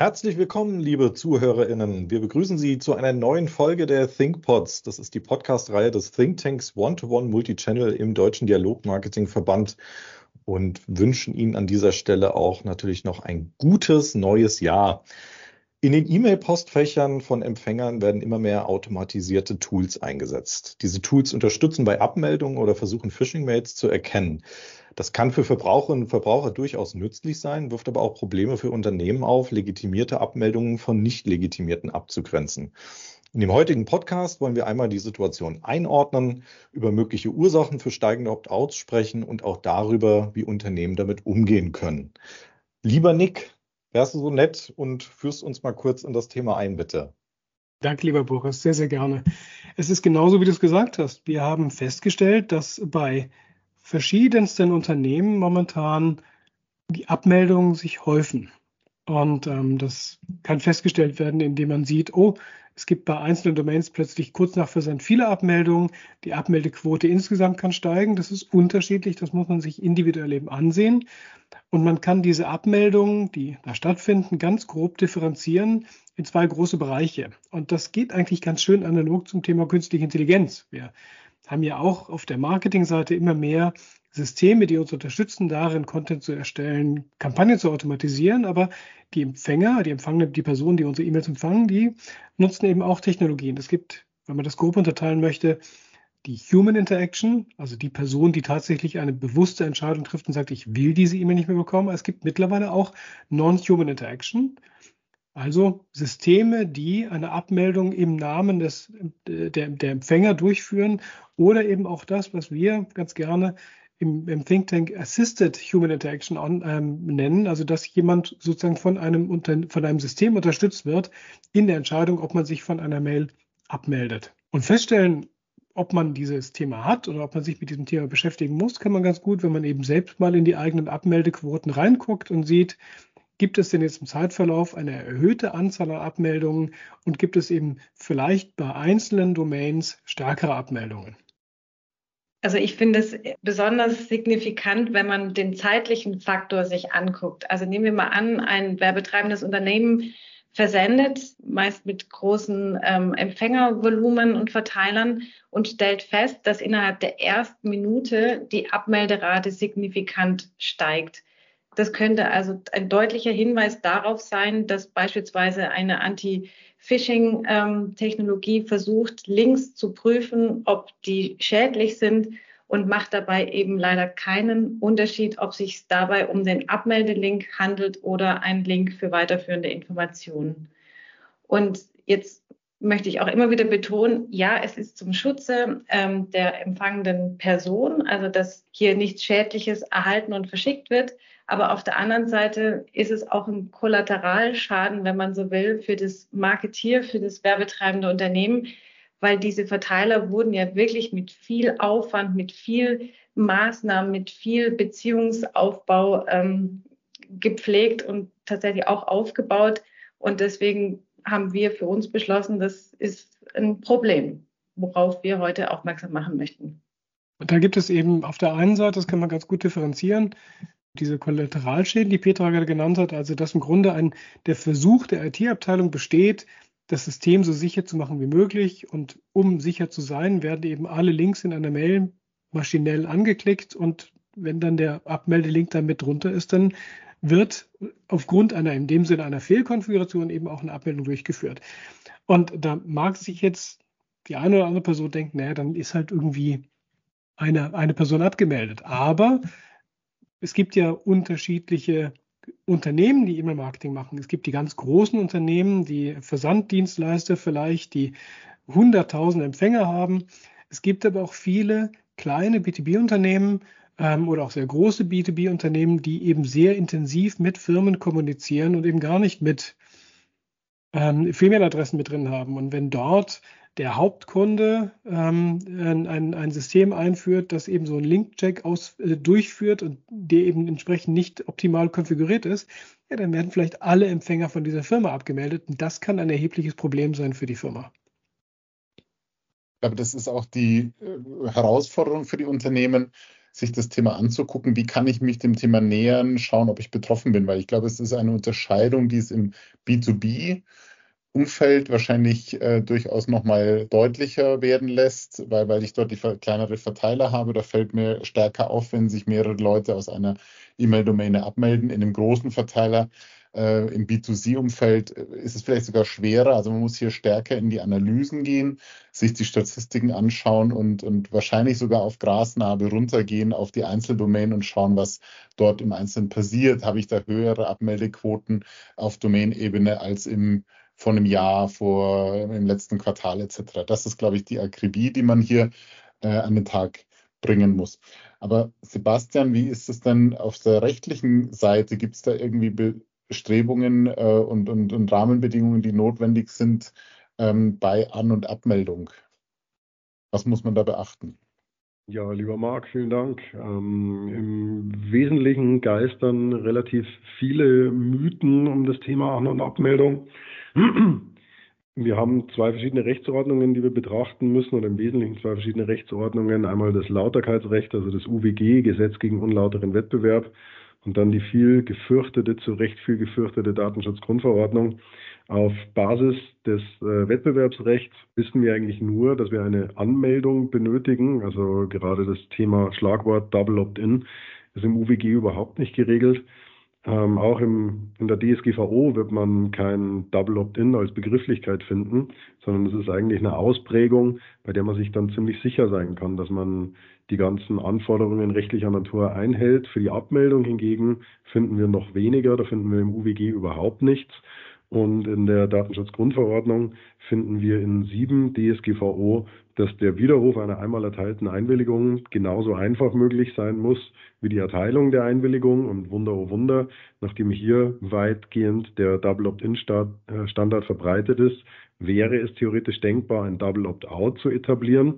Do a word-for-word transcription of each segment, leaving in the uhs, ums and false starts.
Herzlich willkommen, liebe ZuhörerInnen. Wir begrüßen Sie zu einer neuen Folge der ThinkPods. Das ist die Podcast-Reihe des Thinktanks One-to-One Multichannel im Deutschen Dialogmarketing-Verband und wünschen Ihnen an dieser Stelle auch natürlich noch ein gutes neues Jahr. In den E-Mail-Postfächern von Empfängern werden immer mehr automatisierte Tools eingesetzt. Diese Tools unterstützen bei Abmeldungen oder versuchen Phishing-Mails zu erkennen. Das kann für Verbraucherinnen und Verbraucher durchaus nützlich sein, wirft aber auch Probleme für Unternehmen auf, legitimierte Abmeldungen von nicht legitimierten abzugrenzen. In dem heutigen Podcast wollen wir einmal die Situation einordnen, über mögliche Ursachen für steigende Opt-outs sprechen und auch darüber, wie Unternehmen damit umgehen können. Lieber Nick, wärst du so nett und führst uns mal kurz in das Thema ein, bitte? Danke, lieber Boris, sehr, sehr gerne. Es ist genauso, wie du es gesagt hast. Wir haben festgestellt, dass bei verschiedensten Unternehmen momentan die Abmeldungen sich häufen. Und ähm, das kann festgestellt werden, indem man sieht, oh, es gibt bei einzelnen Domains plötzlich kurz nach Versand viele Abmeldungen. Die Abmeldequote insgesamt kann steigen. Das ist unterschiedlich, das muss man sich individuell eben ansehen. Und man kann diese Abmeldungen, die da stattfinden, ganz grob differenzieren in zwei große Bereiche. Und das geht eigentlich ganz schön analog zum Thema künstliche Intelligenz. Wir haben ja auch auf der Marketingseite immer mehr Systeme, die uns unterstützen, darin Content zu erstellen, Kampagnen zu automatisieren. Aber die Empfänger, die empfangene, die Personen, die unsere E-Mails empfangen, die nutzen eben auch Technologien. Es gibt, wenn man das grob unterteilen möchte, die Human Interaction, also die Person, die tatsächlich eine bewusste Entscheidung trifft und sagt, ich will diese E-Mail nicht mehr bekommen. Es gibt mittlerweile auch Non-Human Interaction, also Systeme, die eine Abmeldung im Namen des, der, der Empfänger durchführen oder eben auch das, was wir ganz gerne im, im Think Tank Assisted Human Interaction on, ähm, nennen, also dass jemand sozusagen von einem, unter, von einem System unterstützt wird in der Entscheidung, ob man sich von einer Mail abmeldet. Und feststellen, ob man dieses Thema hat oder ob man sich mit diesem Thema beschäftigen muss, kann man ganz gut, wenn man eben selbst mal in die eigenen Abmeldequoten reinguckt und sieht, gibt es denn jetzt im Zeitverlauf eine erhöhte Anzahl an Abmeldungen und gibt es eben vielleicht bei einzelnen Domains stärkere Abmeldungen? Also ich finde es besonders signifikant, wenn man den zeitlichen Faktor sich anguckt. Also nehmen wir mal an, ein werbetreibendes Unternehmen versendet, meist mit großen ähm, Empfängervolumen und Verteilern und stellt fest, dass innerhalb der ersten Minute die Abmelderate signifikant steigt. Das könnte also ein deutlicher Hinweis darauf sein, dass beispielsweise eine Anti-Phishing-Technologie ähm, versucht, Links zu prüfen, ob die schädlich sind und macht dabei eben leider keinen Unterschied, ob es sich dabei um den Abmeldelink handelt oder einen Link für weiterführende Informationen. Und jetzt möchte ich auch immer wieder betonen, ja, es ist zum Schutze ähm, der empfangenden Person, also dass hier nichts Schädliches erhalten und verschickt wird. Aber auf der anderen Seite ist es auch ein Kollateralschaden, wenn man so will, für das Marketier, für das werbetreibende Unternehmen, weil diese Verteiler wurden ja wirklich mit viel Aufwand, mit viel Maßnahmen, mit viel Beziehungsaufbau ähm, gepflegt und tatsächlich auch aufgebaut. Und deswegen haben wir für uns beschlossen, das ist ein Problem, worauf wir heute aufmerksam machen möchten. Und da gibt es eben auf der einen Seite, das kann man ganz gut differenzieren, diese Kollateralschäden, die Petra gerade genannt hat, also dass im Grunde ein, der Versuch der I T-Abteilung besteht, das System so sicher zu machen wie möglich. Und um sicher zu sein, werden eben alle Links in einer Mail maschinell angeklickt. Und wenn dann der Abmeldelink dann mit drunter ist, dann wird aufgrund einer, in dem Sinne einer Fehlkonfiguration eben auch eine Abmeldung durchgeführt. Und da mag sich jetzt die eine oder andere Person denken, naja, dann ist halt irgendwie eine, eine Person abgemeldet. Aber es gibt ja unterschiedliche Unternehmen, die E-Mail-Marketing machen. Es gibt die ganz großen Unternehmen, die Versanddienstleister vielleicht, die hunderttausend Empfänger haben. Es gibt aber auch viele kleine B zwei B-Unternehmen ähm, oder auch sehr große B zwei B-Unternehmen, die eben sehr intensiv mit Firmen kommunizieren und eben gar nicht mit ähm, E-Mail-Adressen mit drin haben. Und wenn dort der Hauptkunde ähm, ein, ein System einführt, das eben so einen Link-Check aus, äh, durchführt und der eben entsprechend nicht optimal konfiguriert ist, ja, dann werden vielleicht alle Empfänger von dieser Firma abgemeldet. Und das kann ein erhebliches Problem sein für die Firma. Aber das ist auch die äh, Herausforderung für die Unternehmen, sich das Thema anzugucken, wie kann ich mich dem Thema nähern, schauen, ob ich betroffen bin, weil ich glaube, es ist eine Unterscheidung, die es im B zwei B Umfeld wahrscheinlich äh, durchaus nochmal deutlicher werden lässt, weil, weil ich dort die kleinere Verteiler habe. Da fällt mir stärker auf, wenn sich mehrere Leute aus einer E-Mail-Domäne abmelden. In einem großen Verteiler äh, im B zwei C Umfeld ist es vielleicht sogar schwerer. Also man muss hier stärker in die Analysen gehen, sich die Statistiken anschauen und, und wahrscheinlich sogar auf Grasnarbe runtergehen auf die Einzeldomänen und schauen, was dort im Einzelnen passiert. Habe ich da höhere Abmeldequoten auf Domain-Ebene als im von einem Jahr, vor im letzten Quartal et cetera. Das ist, glaube ich, die Akribie, die man hier äh, an den Tag bringen muss. Aber Sebastian, wie ist es denn auf der rechtlichen Seite? Gibt es da irgendwie Bestrebungen äh, und, und, und Rahmenbedingungen, die notwendig sind ähm, bei An- und Abmeldung? Was muss man da beachten? Ja, lieber Marc, vielen Dank. Ähm, Im Wesentlichen geistern relativ viele Mythen um das Thema An- und Abmeldung. Wir haben zwei verschiedene Rechtsordnungen, die wir betrachten müssen, oder im Wesentlichen zwei verschiedene Rechtsordnungen. Einmal das Lauterkeitsrecht, also das U W G, Gesetz gegen unlauteren Wettbewerb, und dann die viel gefürchtete, zu Recht viel gefürchtete Datenschutzgrundverordnung. Auf Basis des äh, Wettbewerbsrechts wissen wir eigentlich nur, dass wir eine Anmeldung benötigen. Also gerade das Thema Schlagwort Double Opt-in ist im U W G überhaupt nicht geregelt. Ähm, auch im, in der D S G V O wird man kein Double Opt-in als Begrifflichkeit finden, sondern es ist eigentlich eine Ausprägung, bei der man sich dann ziemlich sicher sein kann, dass man die ganzen Anforderungen rechtlicher Natur einhält. Für die Abmeldung hingegen finden wir noch weniger, da finden wir im U W G überhaupt nichts. Und in der Datenschutzgrundverordnung finden wir in sieben D S G V O, dass der Widerruf einer einmal erteilten Einwilligung genauso einfach möglich sein muss wie die Erteilung der Einwilligung. Und Wunder, oh Wunder, nachdem hier weitgehend der Double Opt-in-Standard verbreitet ist, wäre es theoretisch denkbar, ein Double Opt-out zu etablieren,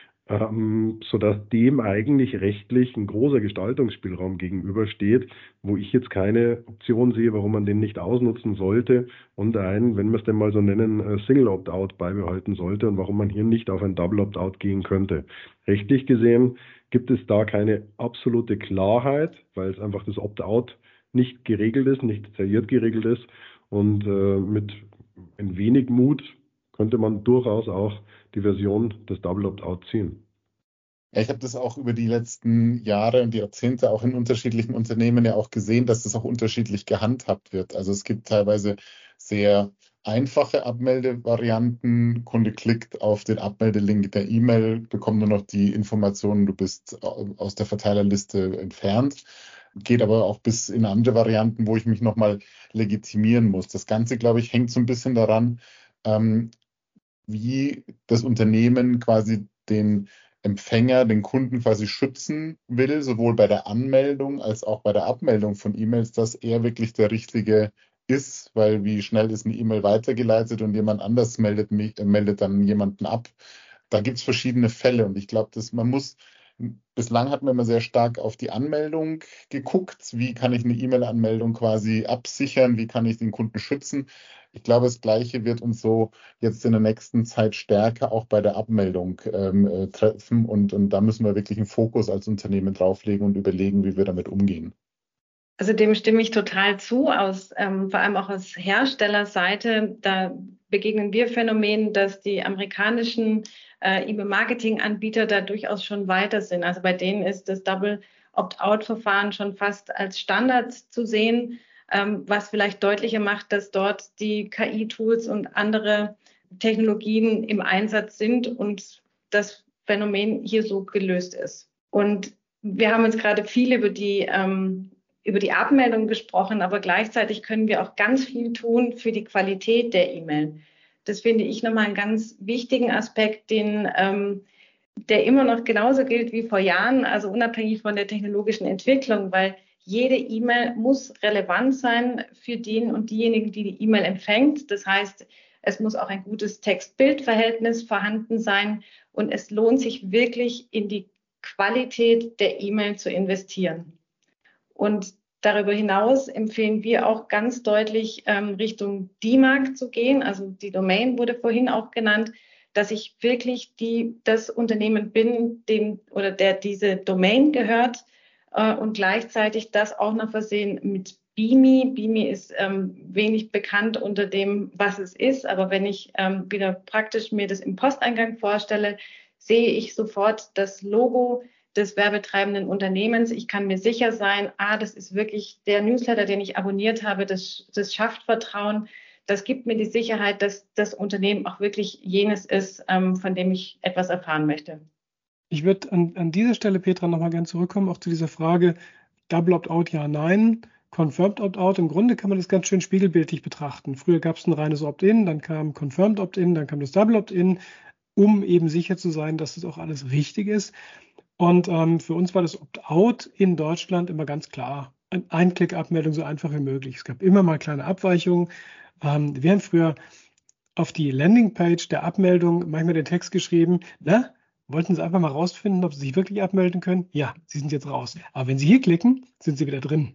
ähm, sodass dem eigentlich rechtlich ein großer Gestaltungsspielraum gegenübersteht, wo ich jetzt keine Option sehe, warum man den nicht ausnutzen sollte und ein, wenn wir es denn mal so nennen, Single Opt-out beibehalten sollte und warum man hier nicht auf ein Double Opt-out gehen könnte. Rechtlich gesehen gibt es da keine absolute Klarheit, weil es einfach das Opt-out nicht geregelt ist, nicht detailliert geregelt ist, und äh, mit ein wenig Mut könnte man durchaus auch die Version des Double Opt-out ziehen. Ja, ich habe das auch über die letzten Jahre und die Jahrzehnte auch in unterschiedlichen Unternehmen ja auch gesehen, dass das auch unterschiedlich gehandhabt wird. Also es gibt teilweise sehr einfache Abmeldevarianten. Kunde klickt auf den Abmeldelink der E-Mail, bekommt nur noch die Informationen, du bist aus der Verteilerliste entfernt. Geht aber auch bis in andere Varianten, wo ich mich nochmal legitimieren muss. Das Ganze, glaube ich, hängt so ein bisschen daran, ähm, wie das Unternehmen quasi den Empfänger, den Kunden quasi schützen will, sowohl bei der Anmeldung als auch bei der Abmeldung von E-Mails, dass er wirklich der Richtige ist, weil wie schnell ist eine E-Mail weitergeleitet und jemand anders meldet, mich, äh, meldet dann jemanden ab. Da gibt es verschiedene Fälle und ich glaube, dass man muss, bislang hat man immer sehr stark auf die Anmeldung geguckt. Wie kann ich eine E-Mail-Anmeldung quasi absichern? Wie kann ich den Kunden schützen? Ich glaube, das Gleiche wird uns so jetzt in der nächsten Zeit stärker auch bei der Abmeldung ähm, äh, treffen. Und, und da müssen wir wirklich einen Fokus als Unternehmen drauflegen und überlegen, wie wir damit umgehen. Also dem stimme ich total zu, aus, ähm, vor allem auch aus Herstellerseite. Da begegnen wir Phänomenen, dass die amerikanischen äh, E-Mail-Marketing-Anbieter da durchaus schon weiter sind. Also bei denen ist das Double Opt-out-Verfahren schon fast als Standard zu sehen, ähm, was vielleicht deutlicher macht, dass dort die K I-Tools und andere Technologien im Einsatz sind und das Phänomen hier so gelöst ist. Und wir haben jetzt gerade viel über die ähm, über die Abmeldung gesprochen, aber gleichzeitig können wir auch ganz viel tun für die Qualität der E-Mail. Das finde ich nochmal einen ganz wichtigen Aspekt, den, ähm, der immer noch genauso gilt wie vor Jahren, also unabhängig von der technologischen Entwicklung, weil jede E-Mail muss relevant sein für den und diejenigen, die die E-Mail empfängt. Das heißt, es muss auch ein gutes Text-Bild-Verhältnis vorhanden sein und es lohnt sich wirklich in die Qualität der E-Mail zu investieren. Und darüber hinaus empfehlen wir auch ganz deutlich ähm, Richtung D MARC zu gehen. Also die Domain wurde vorhin auch genannt. dass ich wirklich die, das Unternehmen bin, dem oder der diese Domain gehört äh, und gleichzeitig das auch noch versehen mit B I M I. B I M I ist ähm, wenig bekannt unter dem, was es ist, aber wenn ich ähm, wieder praktisch mir das im Posteingang vorstelle, sehe ich sofort das Logo des werbetreibenden Unternehmens. Ich kann mir sicher sein, ah, das ist wirklich der Newsletter, den ich abonniert habe, das, das schafft Vertrauen. Das gibt mir die Sicherheit, dass das Unternehmen auch wirklich jenes ist, ähm, von dem ich etwas erfahren möchte. Ich würde an, an dieser Stelle, Petra, nochmal gerne zurückkommen, auch zu dieser Frage, Double Opt-out, ja, nein, Confirmed Opt-out. Im Grunde kann man das ganz schön spiegelbildlich betrachten. Früher gab es ein reines Opt-in, dann kam Confirmed Opt-in, dann kam das Double Opt-in, um eben sicher zu sein, dass das auch alles richtig ist. Und ähm, für uns war das Opt-out in Deutschland immer ganz klar. Eine Ein-Klick-Abmeldung so einfach wie möglich. Es gab immer mal kleine Abweichungen. Ähm, wir haben früher auf die Landingpage der Abmeldung manchmal den Text geschrieben, na, wollten Sie einfach mal rausfinden, ob Sie sich wirklich abmelden können? Ja, Sie sind jetzt raus. Aber wenn Sie hier klicken, sind Sie wieder drin.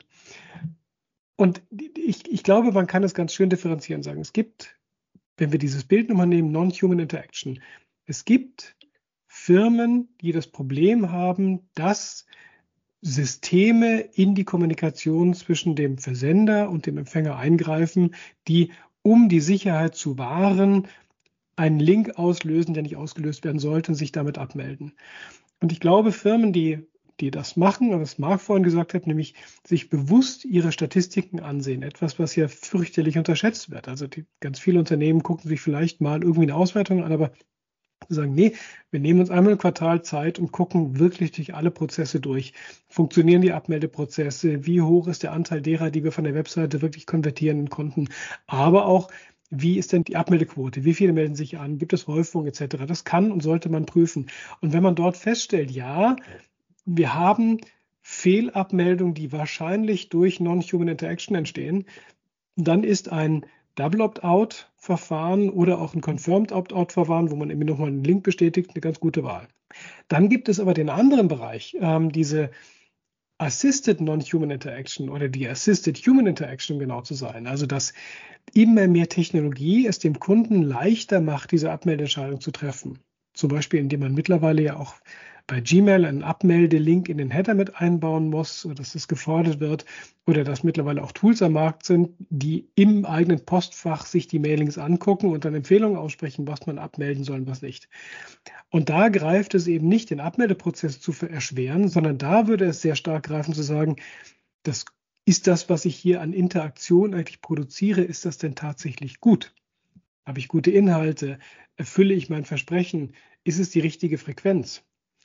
Und ich, ich glaube, man kann es ganz schön differenzieren sagen. Es gibt, wenn wir dieses Bild nochmal nehmen, Non-Human Interaction, es gibt Firmen, die das Problem haben, dass Systeme in die Kommunikation zwischen dem Versender und dem Empfänger eingreifen, die, um die Sicherheit zu wahren, einen Link auslösen, der nicht ausgelöst werden sollte und sich damit abmelden. Und ich glaube, Firmen, die, die das machen, und was Marc vorhin gesagt hat, nämlich sich bewusst ihre Statistiken ansehen, etwas, was ja fürchterlich unterschätzt wird. Also die, ganz viele Unternehmen gucken sich vielleicht mal irgendwie eine Auswertung an, aber sagen, nee, wir nehmen uns einmal im Quartal Zeit und gucken wirklich durch alle Prozesse durch. Funktionieren die Abmeldeprozesse? Wie hoch ist der Anteil derer, die wir von der Webseite wirklich konvertieren konnten? Aber auch, wie ist denn die Abmeldequote? Wie viele melden sich an? Gibt es Häufung et cetera? Das kann und sollte man prüfen. Und wenn man dort feststellt, ja, wir haben Fehlabmeldungen, die wahrscheinlich durch Non-Human Interaction entstehen, dann ist ein Double Opt-out-Verfahren oder auch ein Confirmed Opt-out-Verfahren, wo man eben nochmal einen Link bestätigt, eine ganz gute Wahl. Dann gibt es aber den anderen Bereich, ähm, diese Assisted Non-Human Interaction oder die Assisted Human Interaction, um genau zu sein. Also dass immer mehr Technologie es dem Kunden leichter macht, diese Abmeldeentscheidung zu treffen. Zum Beispiel, indem man mittlerweile ja auch bei Gmail einen Abmeldelink in den Header mit einbauen muss, dass es gefordert wird, oder dass mittlerweile auch Tools am Markt sind, die im eigenen Postfach sich die Mailings angucken und dann Empfehlungen aussprechen, was man abmelden soll und was nicht. Und da greift es eben nicht, den Abmeldeprozess zu erschweren, sondern da würde es sehr stark greifen zu sagen, das ist das, was ich hier an Interaktion eigentlich produziere, ist das denn tatsächlich gut? Habe ich gute Inhalte? Erfülle ich mein Versprechen? Ist es die richtige Frequenz?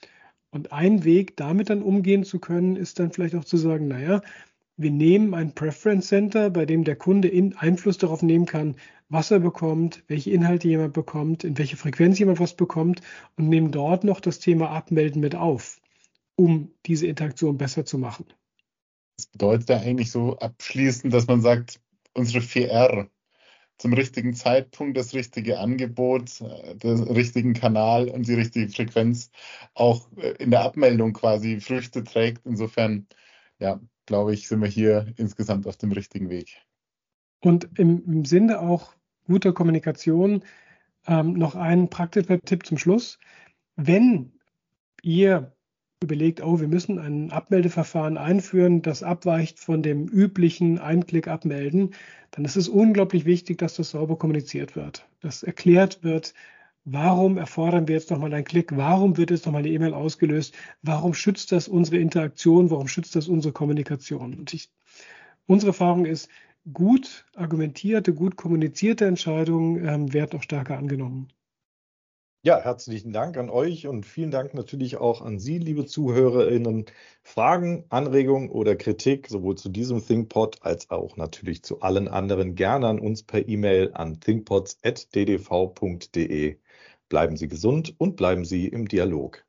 Und ein Weg, damit dann umgehen zu können, ist dann vielleicht auch zu sagen, naja, wir nehmen ein Preference Center, bei dem der Kunde in Einfluss darauf nehmen kann, was er bekommt, welche Inhalte jemand bekommt, in welche Frequenz jemand was bekommt und nehmen dort noch das Thema Abmelden mit auf, um diese Interaktion besser zu machen. Das bedeutet ja eigentlich so abschließend, dass man sagt, unsere vier R, zum richtigen Zeitpunkt das richtige Angebot, den richtigen Kanal und die richtige Frequenz auch in der Abmeldung quasi Früchte trägt. Insofern, ja, glaube ich, sind wir hier insgesamt auf dem richtigen Weg. Und im, im Sinne auch guter Kommunikation ähm, noch ein praktischer Tipp zum Schluss. Wenn ihr überlegt, oh, wir müssen ein Abmeldeverfahren einführen, das abweicht von dem üblichen Ein-Klick-Abmelden, dann ist es unglaublich wichtig, dass das sauber kommuniziert wird. Dass erklärt wird, warum erfordern wir jetzt nochmal einen Klick, warum wird jetzt nochmal eine E-Mail ausgelöst, warum schützt das unsere Interaktion, warum schützt das unsere Kommunikation. Und ich, unsere Erfahrung ist, gut argumentierte, gut kommunizierte Entscheidungen ähm, werden auch stärker angenommen. Ja, herzlichen Dank an euch und vielen Dank natürlich auch an Sie, liebe ZuhörerInnen. Fragen, Anregungen oder Kritik sowohl zu diesem ThinkPod als auch natürlich zu allen anderen gerne an uns per E-Mail an thinkpods at d d v punkt d e. Bleiben Sie gesund und bleiben Sie im Dialog.